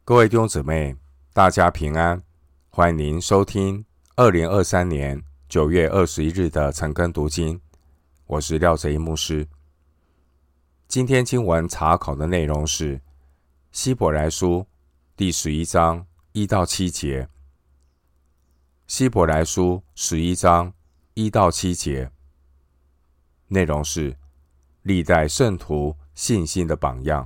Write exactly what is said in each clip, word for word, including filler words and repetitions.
各位弟兄姊妹，大家平安，欢迎您收听二零二三年九月二十一日的晨更读经。我是廖哲一牧师。今天经文查考的内容是希伯来书第十一章一到七节。希伯来书十一章一到七节，内容是历代圣徒信心的榜样。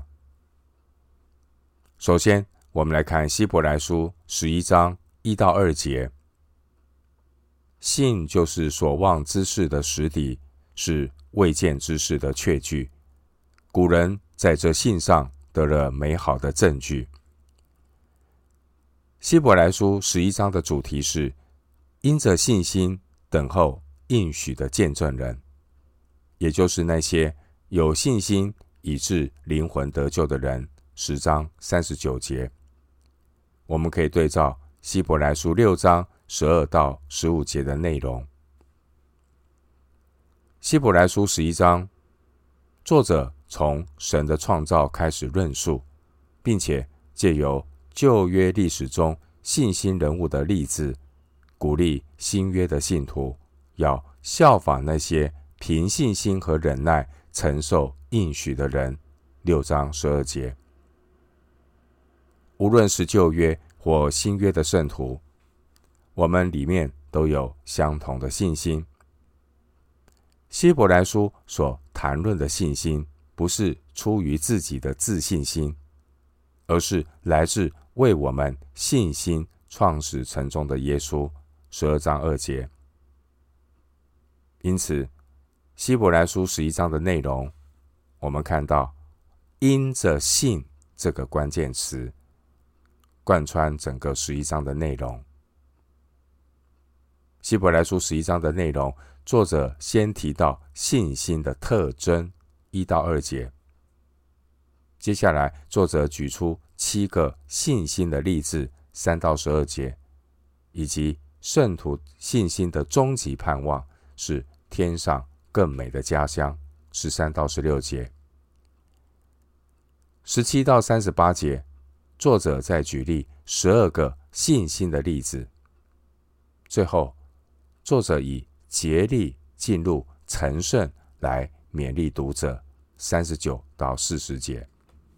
首先，我们来看希伯来书十一章一到二节。信就是所望之事的实底，是未见之事的确据。古人在这信上得了美好的证据。希伯来书十一章的主题是因着信心等候应许的见证人，也就是那些有信心以致灵魂得救的人。十章三十九节，我们可以对照希伯来书六章十二到十五节的内容。希伯来书十一章，作者从神的创造开始论述，并且借由旧约历史中信心人物的例子，鼓励新约的信徒要效法那些凭信心和忍耐承受应许的人。六章十二节，无论是旧约或新约的圣徒，我们里面都有相同的信心。希伯来书所谈论的信心，不是出于自己的自信心，而是来自为我们信心创始成终的耶稣。十二章二节。因此，希伯来书十一章的内容，我们看到因着信这个关键词贯穿整个十一章的内容。希伯来书十一章的内容，作者先提到信心的特征，一到二节。接下来，作者举出七个信心的例子，三到十二节，以及圣徒信心的终极盼望是天上更美的家乡，十三到十六节。十七到三十八节，作者再举例十二个信心的例子。最后，作者以竭力进入成圣来勉励读者，三十九到四十节。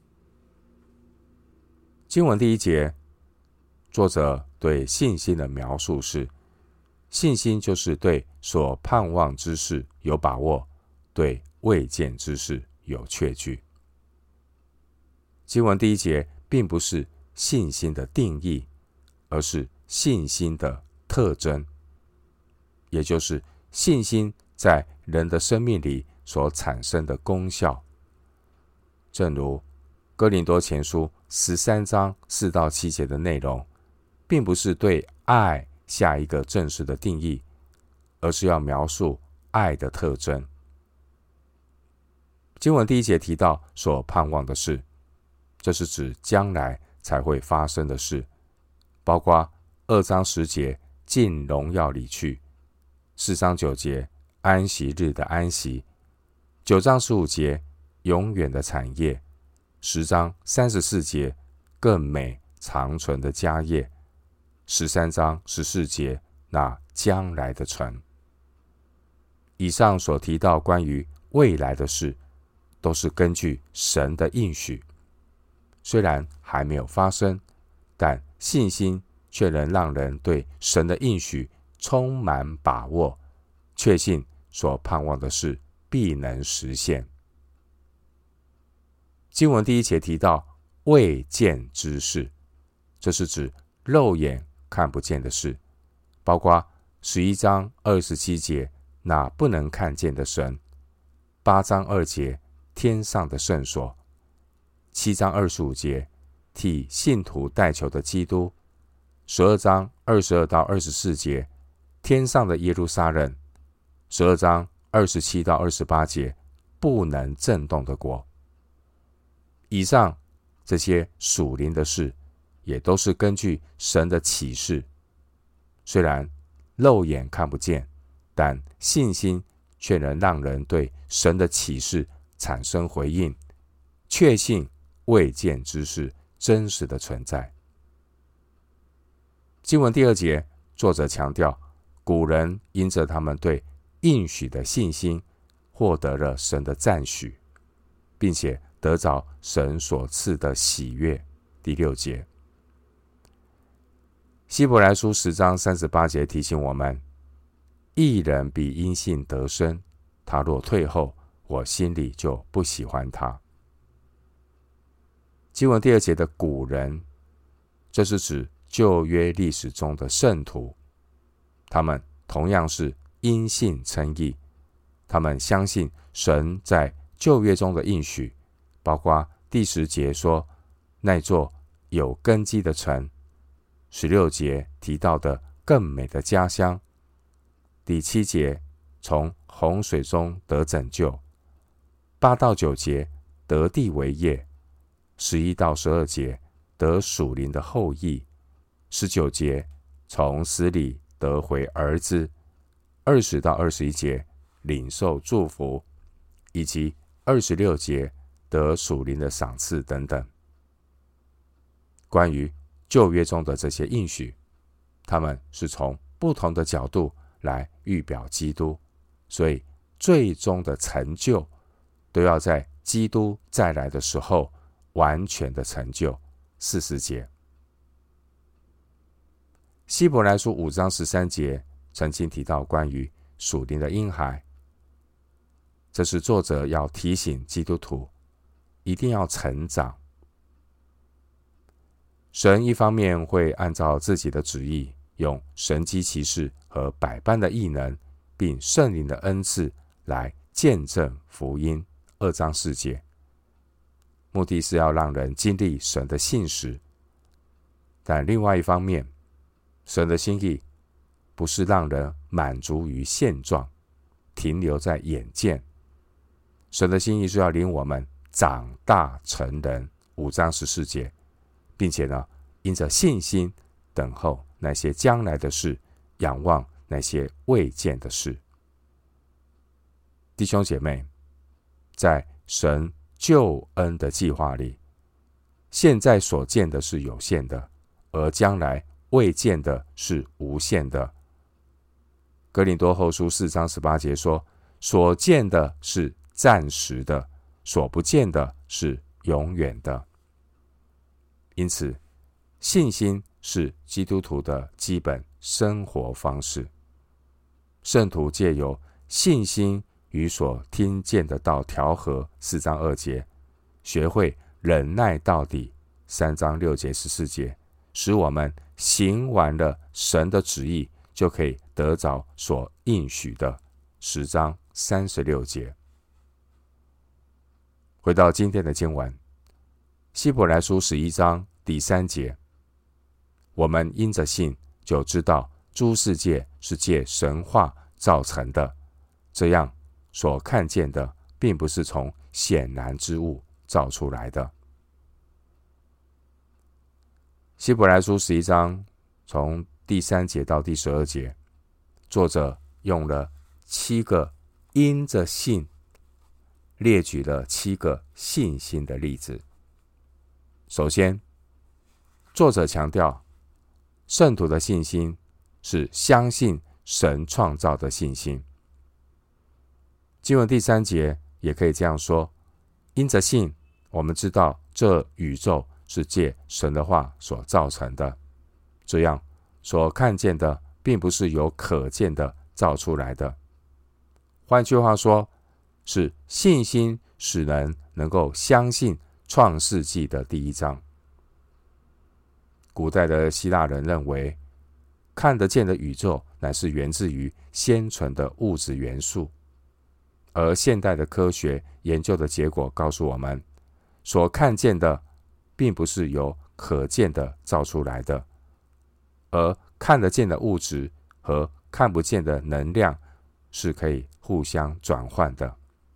经文第一节，作者对信心的描述是：信心就是对所盼望之事有把握，对未见之事有确据。经文第一节并不是信心的定义，而是信心的特征，也就是信心在人的生命里所产生的功效。正如哥林多前书十三章四到七节的内容，并不是对爱下一个正式的定义，而是要描述爱的特征。经文第一节提到所盼望的事，这是指将来才会发生的事，包括二章十节进荣耀里去，四章九节安息日的安息，九章十五节永远的产业，十章三十四节更美长存的家业，十三章十四节那将来的城。以上所提到关于未来的事，都是根据神的应许，虽然还没有发生，但信心却能让人对神的应许充满把握，确信所盼望的事必能实现。经文第一节提到未见之事，这是指肉眼看不见的事，包括十一章二十七节那不能看见的神，八章二节天上的圣所，七章二十五节替信徒代求的基督，十二章二十二到二十四节天上的耶路撒冷，十二章二十七到二十八节不能震动的国。以上这些属灵的事，也都是根据神的启示，虽然肉眼看不见，但信心却能让人对神的启示产生回应，确信未见之事真实的存在。经文第二节，作者强调，古人因着他们对应许的信心，获得了神的赞许，并且得着神所赐的喜悦。第六节，希伯来书十章三十八节提醒我们，义人必因信得生，他若退后，我心里就不喜欢他。经文第二节的古人，这是指旧约历史中的圣徒，他们同样是因信称义，他们相信神在旧约中的应许，包括第十节说那座有根基的城，十六节提到的更美的家乡，第七节从洪水中得拯救，八到九节得地为业，十一到十二节得属灵的后裔，十九节从死里得回儿子，二十到二十一节领受祝福，以及二十六节得属灵的赏赐等等。关于旧约中的这些应许，他们是从不同的角度来预表基督，所以最终的成就都要在基督再来的时候完全的成就。四十节，希伯来书五章十三节曾经提到关于属灵的婴孩，这是作者要提醒基督徒一定要成长。神一方面会按照自己的旨意，用神机骑士和百般的异能，并圣灵的恩赐来见证福音。二章四节，目的是要让人经历神的信实。但另外一方面，神的心意不是让人满足于现状，停留在眼见。神的心意是要领我们长大成人。五章十四节，并且呢，因着信心等候那些将来的事，仰望那些未见的事。弟兄姐妹，在神救恩的计划里，现在所见的是有限的，而将来未见的是无限的。哥林多后书四章十八节说，所见的是暂时的，所不见的是永远的。因此，信心是基督徒的基本生活方式。圣徒借由信心与所听见的道调和，四章二节，学会忍耐到底，三章六节十四节，使我们行完了神的旨意，就可以得着所应许的，十章三十六节。回到今天的经文，希伯来书十一章第三节，我们因着信就知道诸世界是借神话造成的，这样所看见的并不是从显然之物造出来的。希伯来书十一章从第三节到第十二节，作者用了七个因着信，列举了七个信心的例子。首先，作者强调圣徒的信心是相信神创造的信心。经文第三节也可以这样说，因着信，我们知道这宇宙是借神的话所造成的，这样所看见的并不是由可见的造出来的。换句话说，是信心使人能够相信创世纪的第一章。古代的希腊人认为，看得见的宇宙乃是源自于先存的物质元素，而现代的科学研究的结果告诉我们，所看见的并不是由可见的造出来的，而看得见的物质和看不见的能量是可以互相转换的。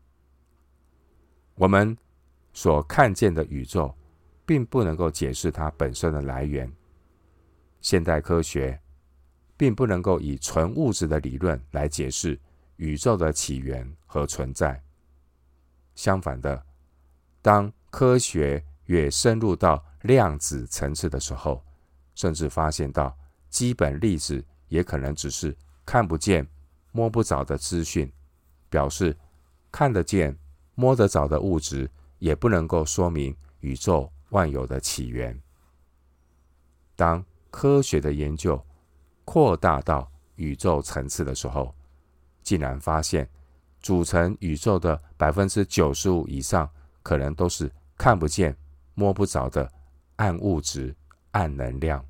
我们所看见的宇宙并不能够解释它本身的来源。现代科学并不能够以纯物质的理论来解释宇宙的起源和存在。相反的，当科学越深入到量子层次的时候，甚至发现到基本粒子也可能只是看不见、摸不着的资讯，表示看得见、摸得着的物质也不能够说明宇宙万有的起源。当科学的研究扩大到宇宙层次的时候，竟然发现组成宇宙的百分之九十五以上可能都是看不见、摸不着的暗物质、暗能量。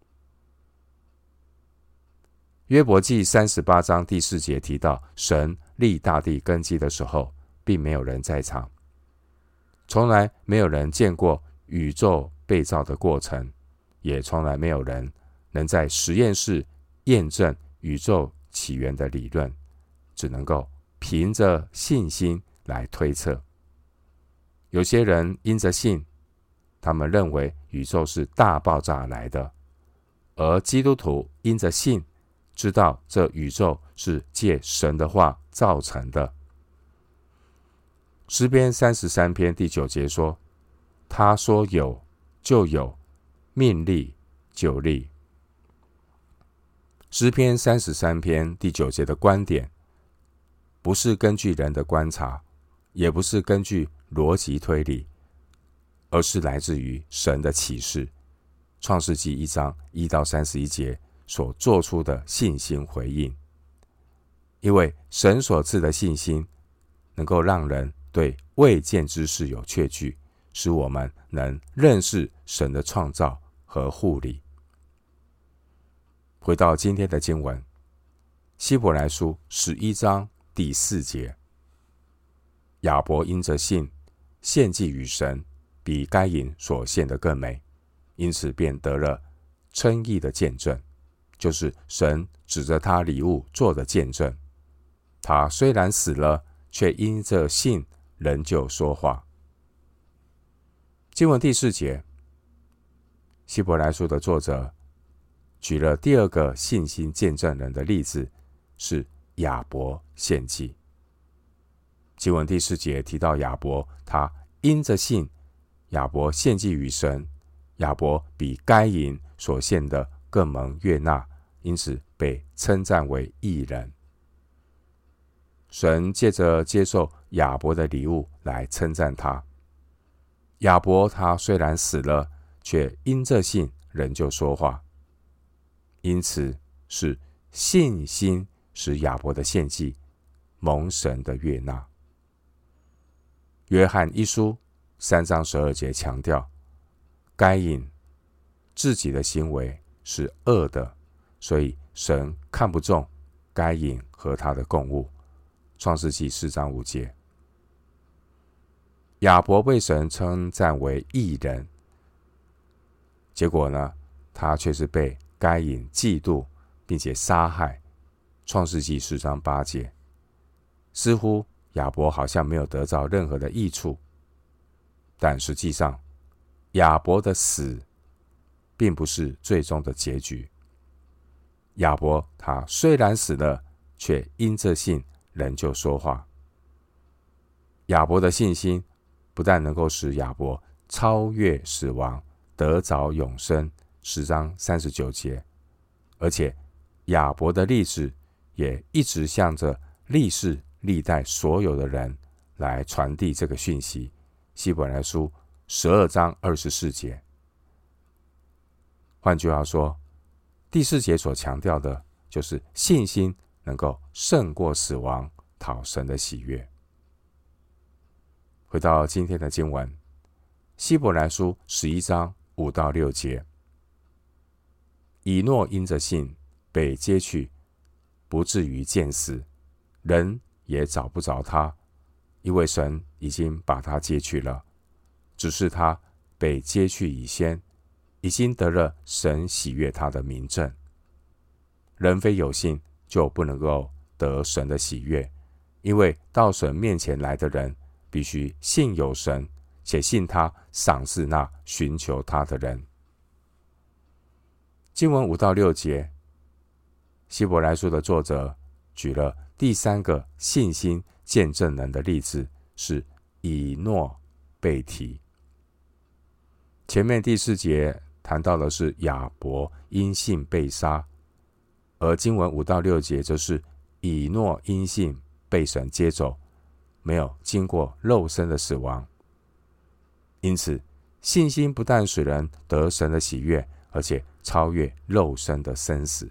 约伯记三十八章第四节提到，神立大地根基的时候，并没有人在场，从来没有人见过宇宙被造的过程，也从来没有人能在实验室验证宇宙起源的理论，只能够凭着信心来推测。有些人因着信，他们认为宇宙是大爆炸来的，而基督徒因着信，知道这宇宙是借神的话造成的。诗篇三十三篇第九节说，他说有就有，命立就立。诗篇三十三篇第九节的观点，不是根据人的观察，也不是根据逻辑推理，而是来自于神的启示。创世纪一章一到三十一节所做出的信心回应。因为神所赐的信心，能够让人对未见之事有确据，使我们能认识神的创造和护理。回到今天的经文，希伯来书十一章第四节，亚伯因着信献祭与神，比该隐所献的更美，因此便得了称义的见证，就是神指着他礼物做的见证。他虽然死了，却因着信仍旧说话。经文第四节，希伯来书的作者举了第二个信心见证人的例子，是亚伯献祭。经文第四节提到亚伯，他因着信，亚伯献祭与神，亚伯比该隐所献的更蒙悦纳，因此被称赞为义人。神借着接受亚伯的礼物来称赞他。亚伯他虽然死了，却因着信仍旧说话，因此是信心使亚伯的献祭蒙神的悦纳。约翰一书三章十二节强调，该隐自己的行为是恶的，所以神看不重该隐和他的供物。创世纪四章五节，亚伯被神称赞为义人，结果呢，他却是被该隐嫉妒并且杀害。创世纪四章八节，似乎亚伯好像没有得到任何的益处，但实际上亚伯的死并不是最终的结局。亚伯他虽然死了，却因着信仍旧说话。亚伯的信心不但能够使亚伯超越死亡，得着永生，十章三十九节，而且亚伯的历史也一直向着历世历代所有的人来传递这个讯息。希伯来书十二章二十四节。换句话说，第四节所强调的就是信心能够胜过死亡，讨神的喜悦。回到今天的经文，希伯来书十一章五到六节，以诺因着信被接去，不至于见死，人也找不着他，因为神已经把他接去了。只是他被接去以先，已经得了神喜悦他的明证。人非有信，就不能够得神的喜悦，因为到神面前来的人，必须信有神，且信他赏赐那寻求他的人。经文五到六节，希伯来书的作者举了第三个信心见证人的例子，是以诺被提。 前面第四节谈到的是亚伯因信被杀，而经文五到六节则是以诺因信被神接走，没有经过肉身的死亡。因此，信心不但使人得神的喜悦，而且超越肉身的生死。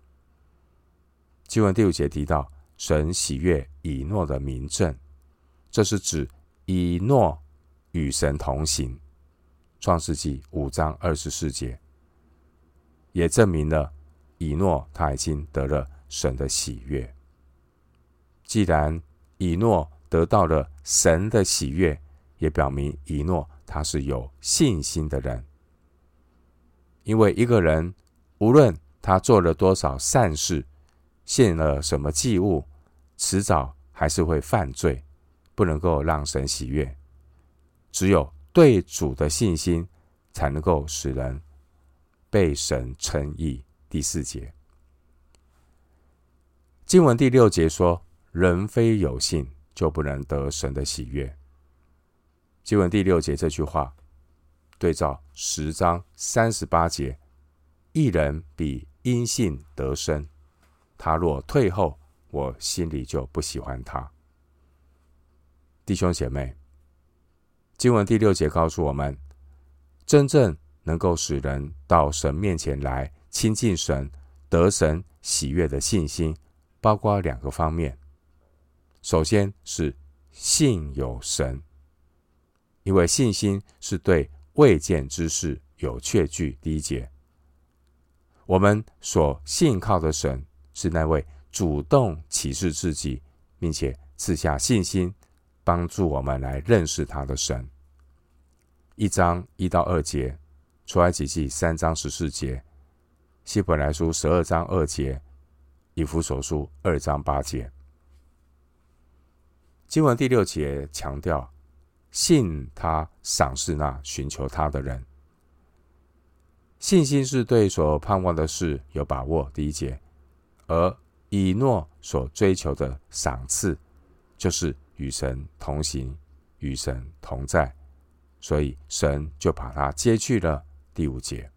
经文第五节提到神喜悦以诺的明证，这是指以诺与神同行。创世纪五章二十四节也证明了以诺他已经得了神的喜悦。既然以诺得到了神的喜悦，也表明以诺他是有信心的人。因为一个人无论他做了多少善事，献了什么祭物，迟早还是会犯罪，不能够让神喜悦。只有对主的信心才能够使人被神称义。第四节经文第六节说，人非有信就不能得神的喜悦。经文第六节这句话对照十章三十八节，义人比因信得生，他若退后，我心里就不喜欢他。弟兄姐妹，经文第六节告诉我们，真正能够使人到神面前来亲近神，得神喜悦的信心，包括两个方面。首先是信有神，因为信心是对未见之事有确据。第一节，我们所信靠的神是那位主动启示自己，并且赐下信心，帮助我们来认识他的神。一章一到二节，出埃及记三章十四节，希伯来书十二章二节，以弗所书二章八节。经文第六节强调，信他赏识那寻求他的人。信心是对所盼望的事有把握，第一节。而以诺所追求的赏赐，就是与神同行，与神同在，所以神就把他接去了。第五节，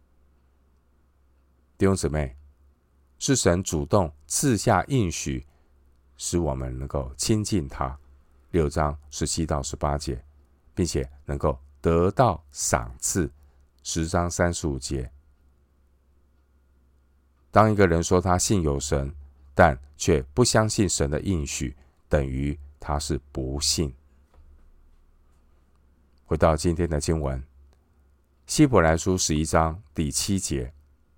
弟兄姊妹，是神主动赐下应许，使我们能够亲近他。六章十七到十八节，并且能够得到赏赐。十章三十五节，当一个人说他信有神，但却不相信神的应许，等于他是不信。回到今天的经文，希伯来书十一章第七节，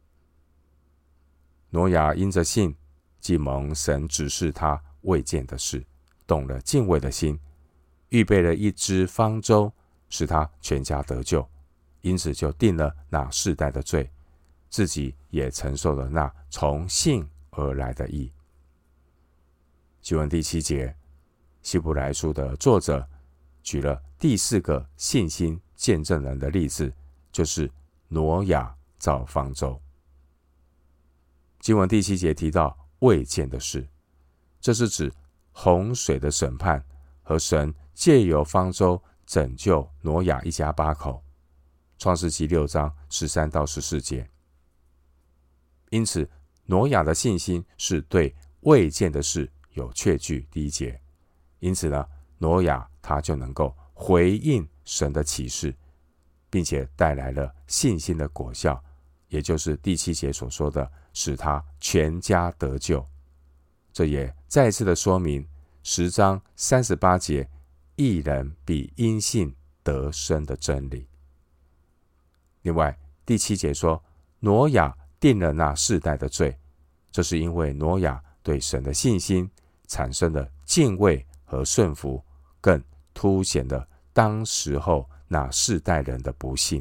挪亚因着信，既蒙神指示他未见的事，动了敬畏的心，预备了一只方舟，使他全家得救，因此就定了那世代的罪，自己也承受了那从信而来的义。经文第七节，希伯来书的作者举了第四个信心见证人的例子，就是挪亚造方舟。经文第七节提到未见的事，这是指洪水的审判和神借由方舟拯救挪亚一家八口。创世纪六章十三到十四节。因此，挪亚的信心是对未见的事有确据。第一节，因此呢，挪亚他就能够回应神的启示，并且带来了信心的果效，也就是第七节所说的，使他全家得救。这也再次的说明十章三十八节义人比因信得生的真理。另外，第七节说，挪亚定了那世代的罪，这是因为挪亚对神的信心产生了敬畏和顺服，更凸显了当时候那世代人的不信。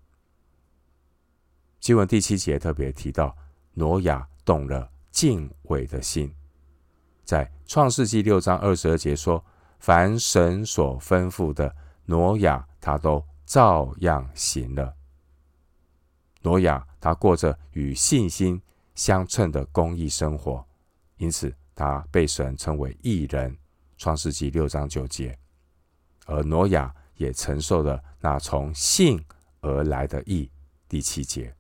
经文第七节特别提到，挪亚动了敬畏的心。在创世纪六章二十二节说，凡神所吩咐的，挪亚他都照样行了。挪亚他过着与信心相称的公义生活，因此他被神称为义人。创世纪六章九节。而挪亚也承受了那从信而来的义。第七节，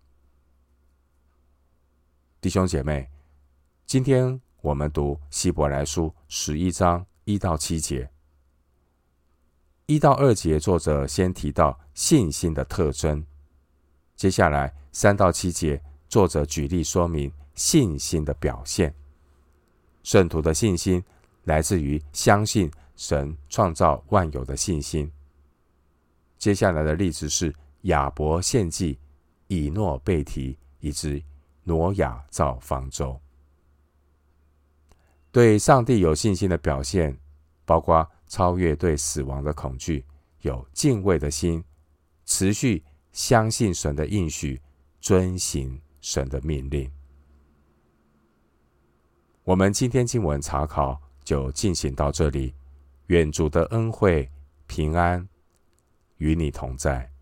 弟兄姐妹，今天我们读希伯来书十一章一到七节。一到二节，作者先提到信心的特征，接下来三到七节，作者举例说明信心的表现。圣徒的信心来自于相信神创造万有的信心。接下来的例子是亚伯献祭、以诺被提，以及挪亚造方舟。对上帝有信心的表现，包括超越对死亡的恐惧，有敬畏的心，持续相信神的应许，遵行神的命令。我们今天经文查考就进行到这里，愿主的恩惠平安与你同在。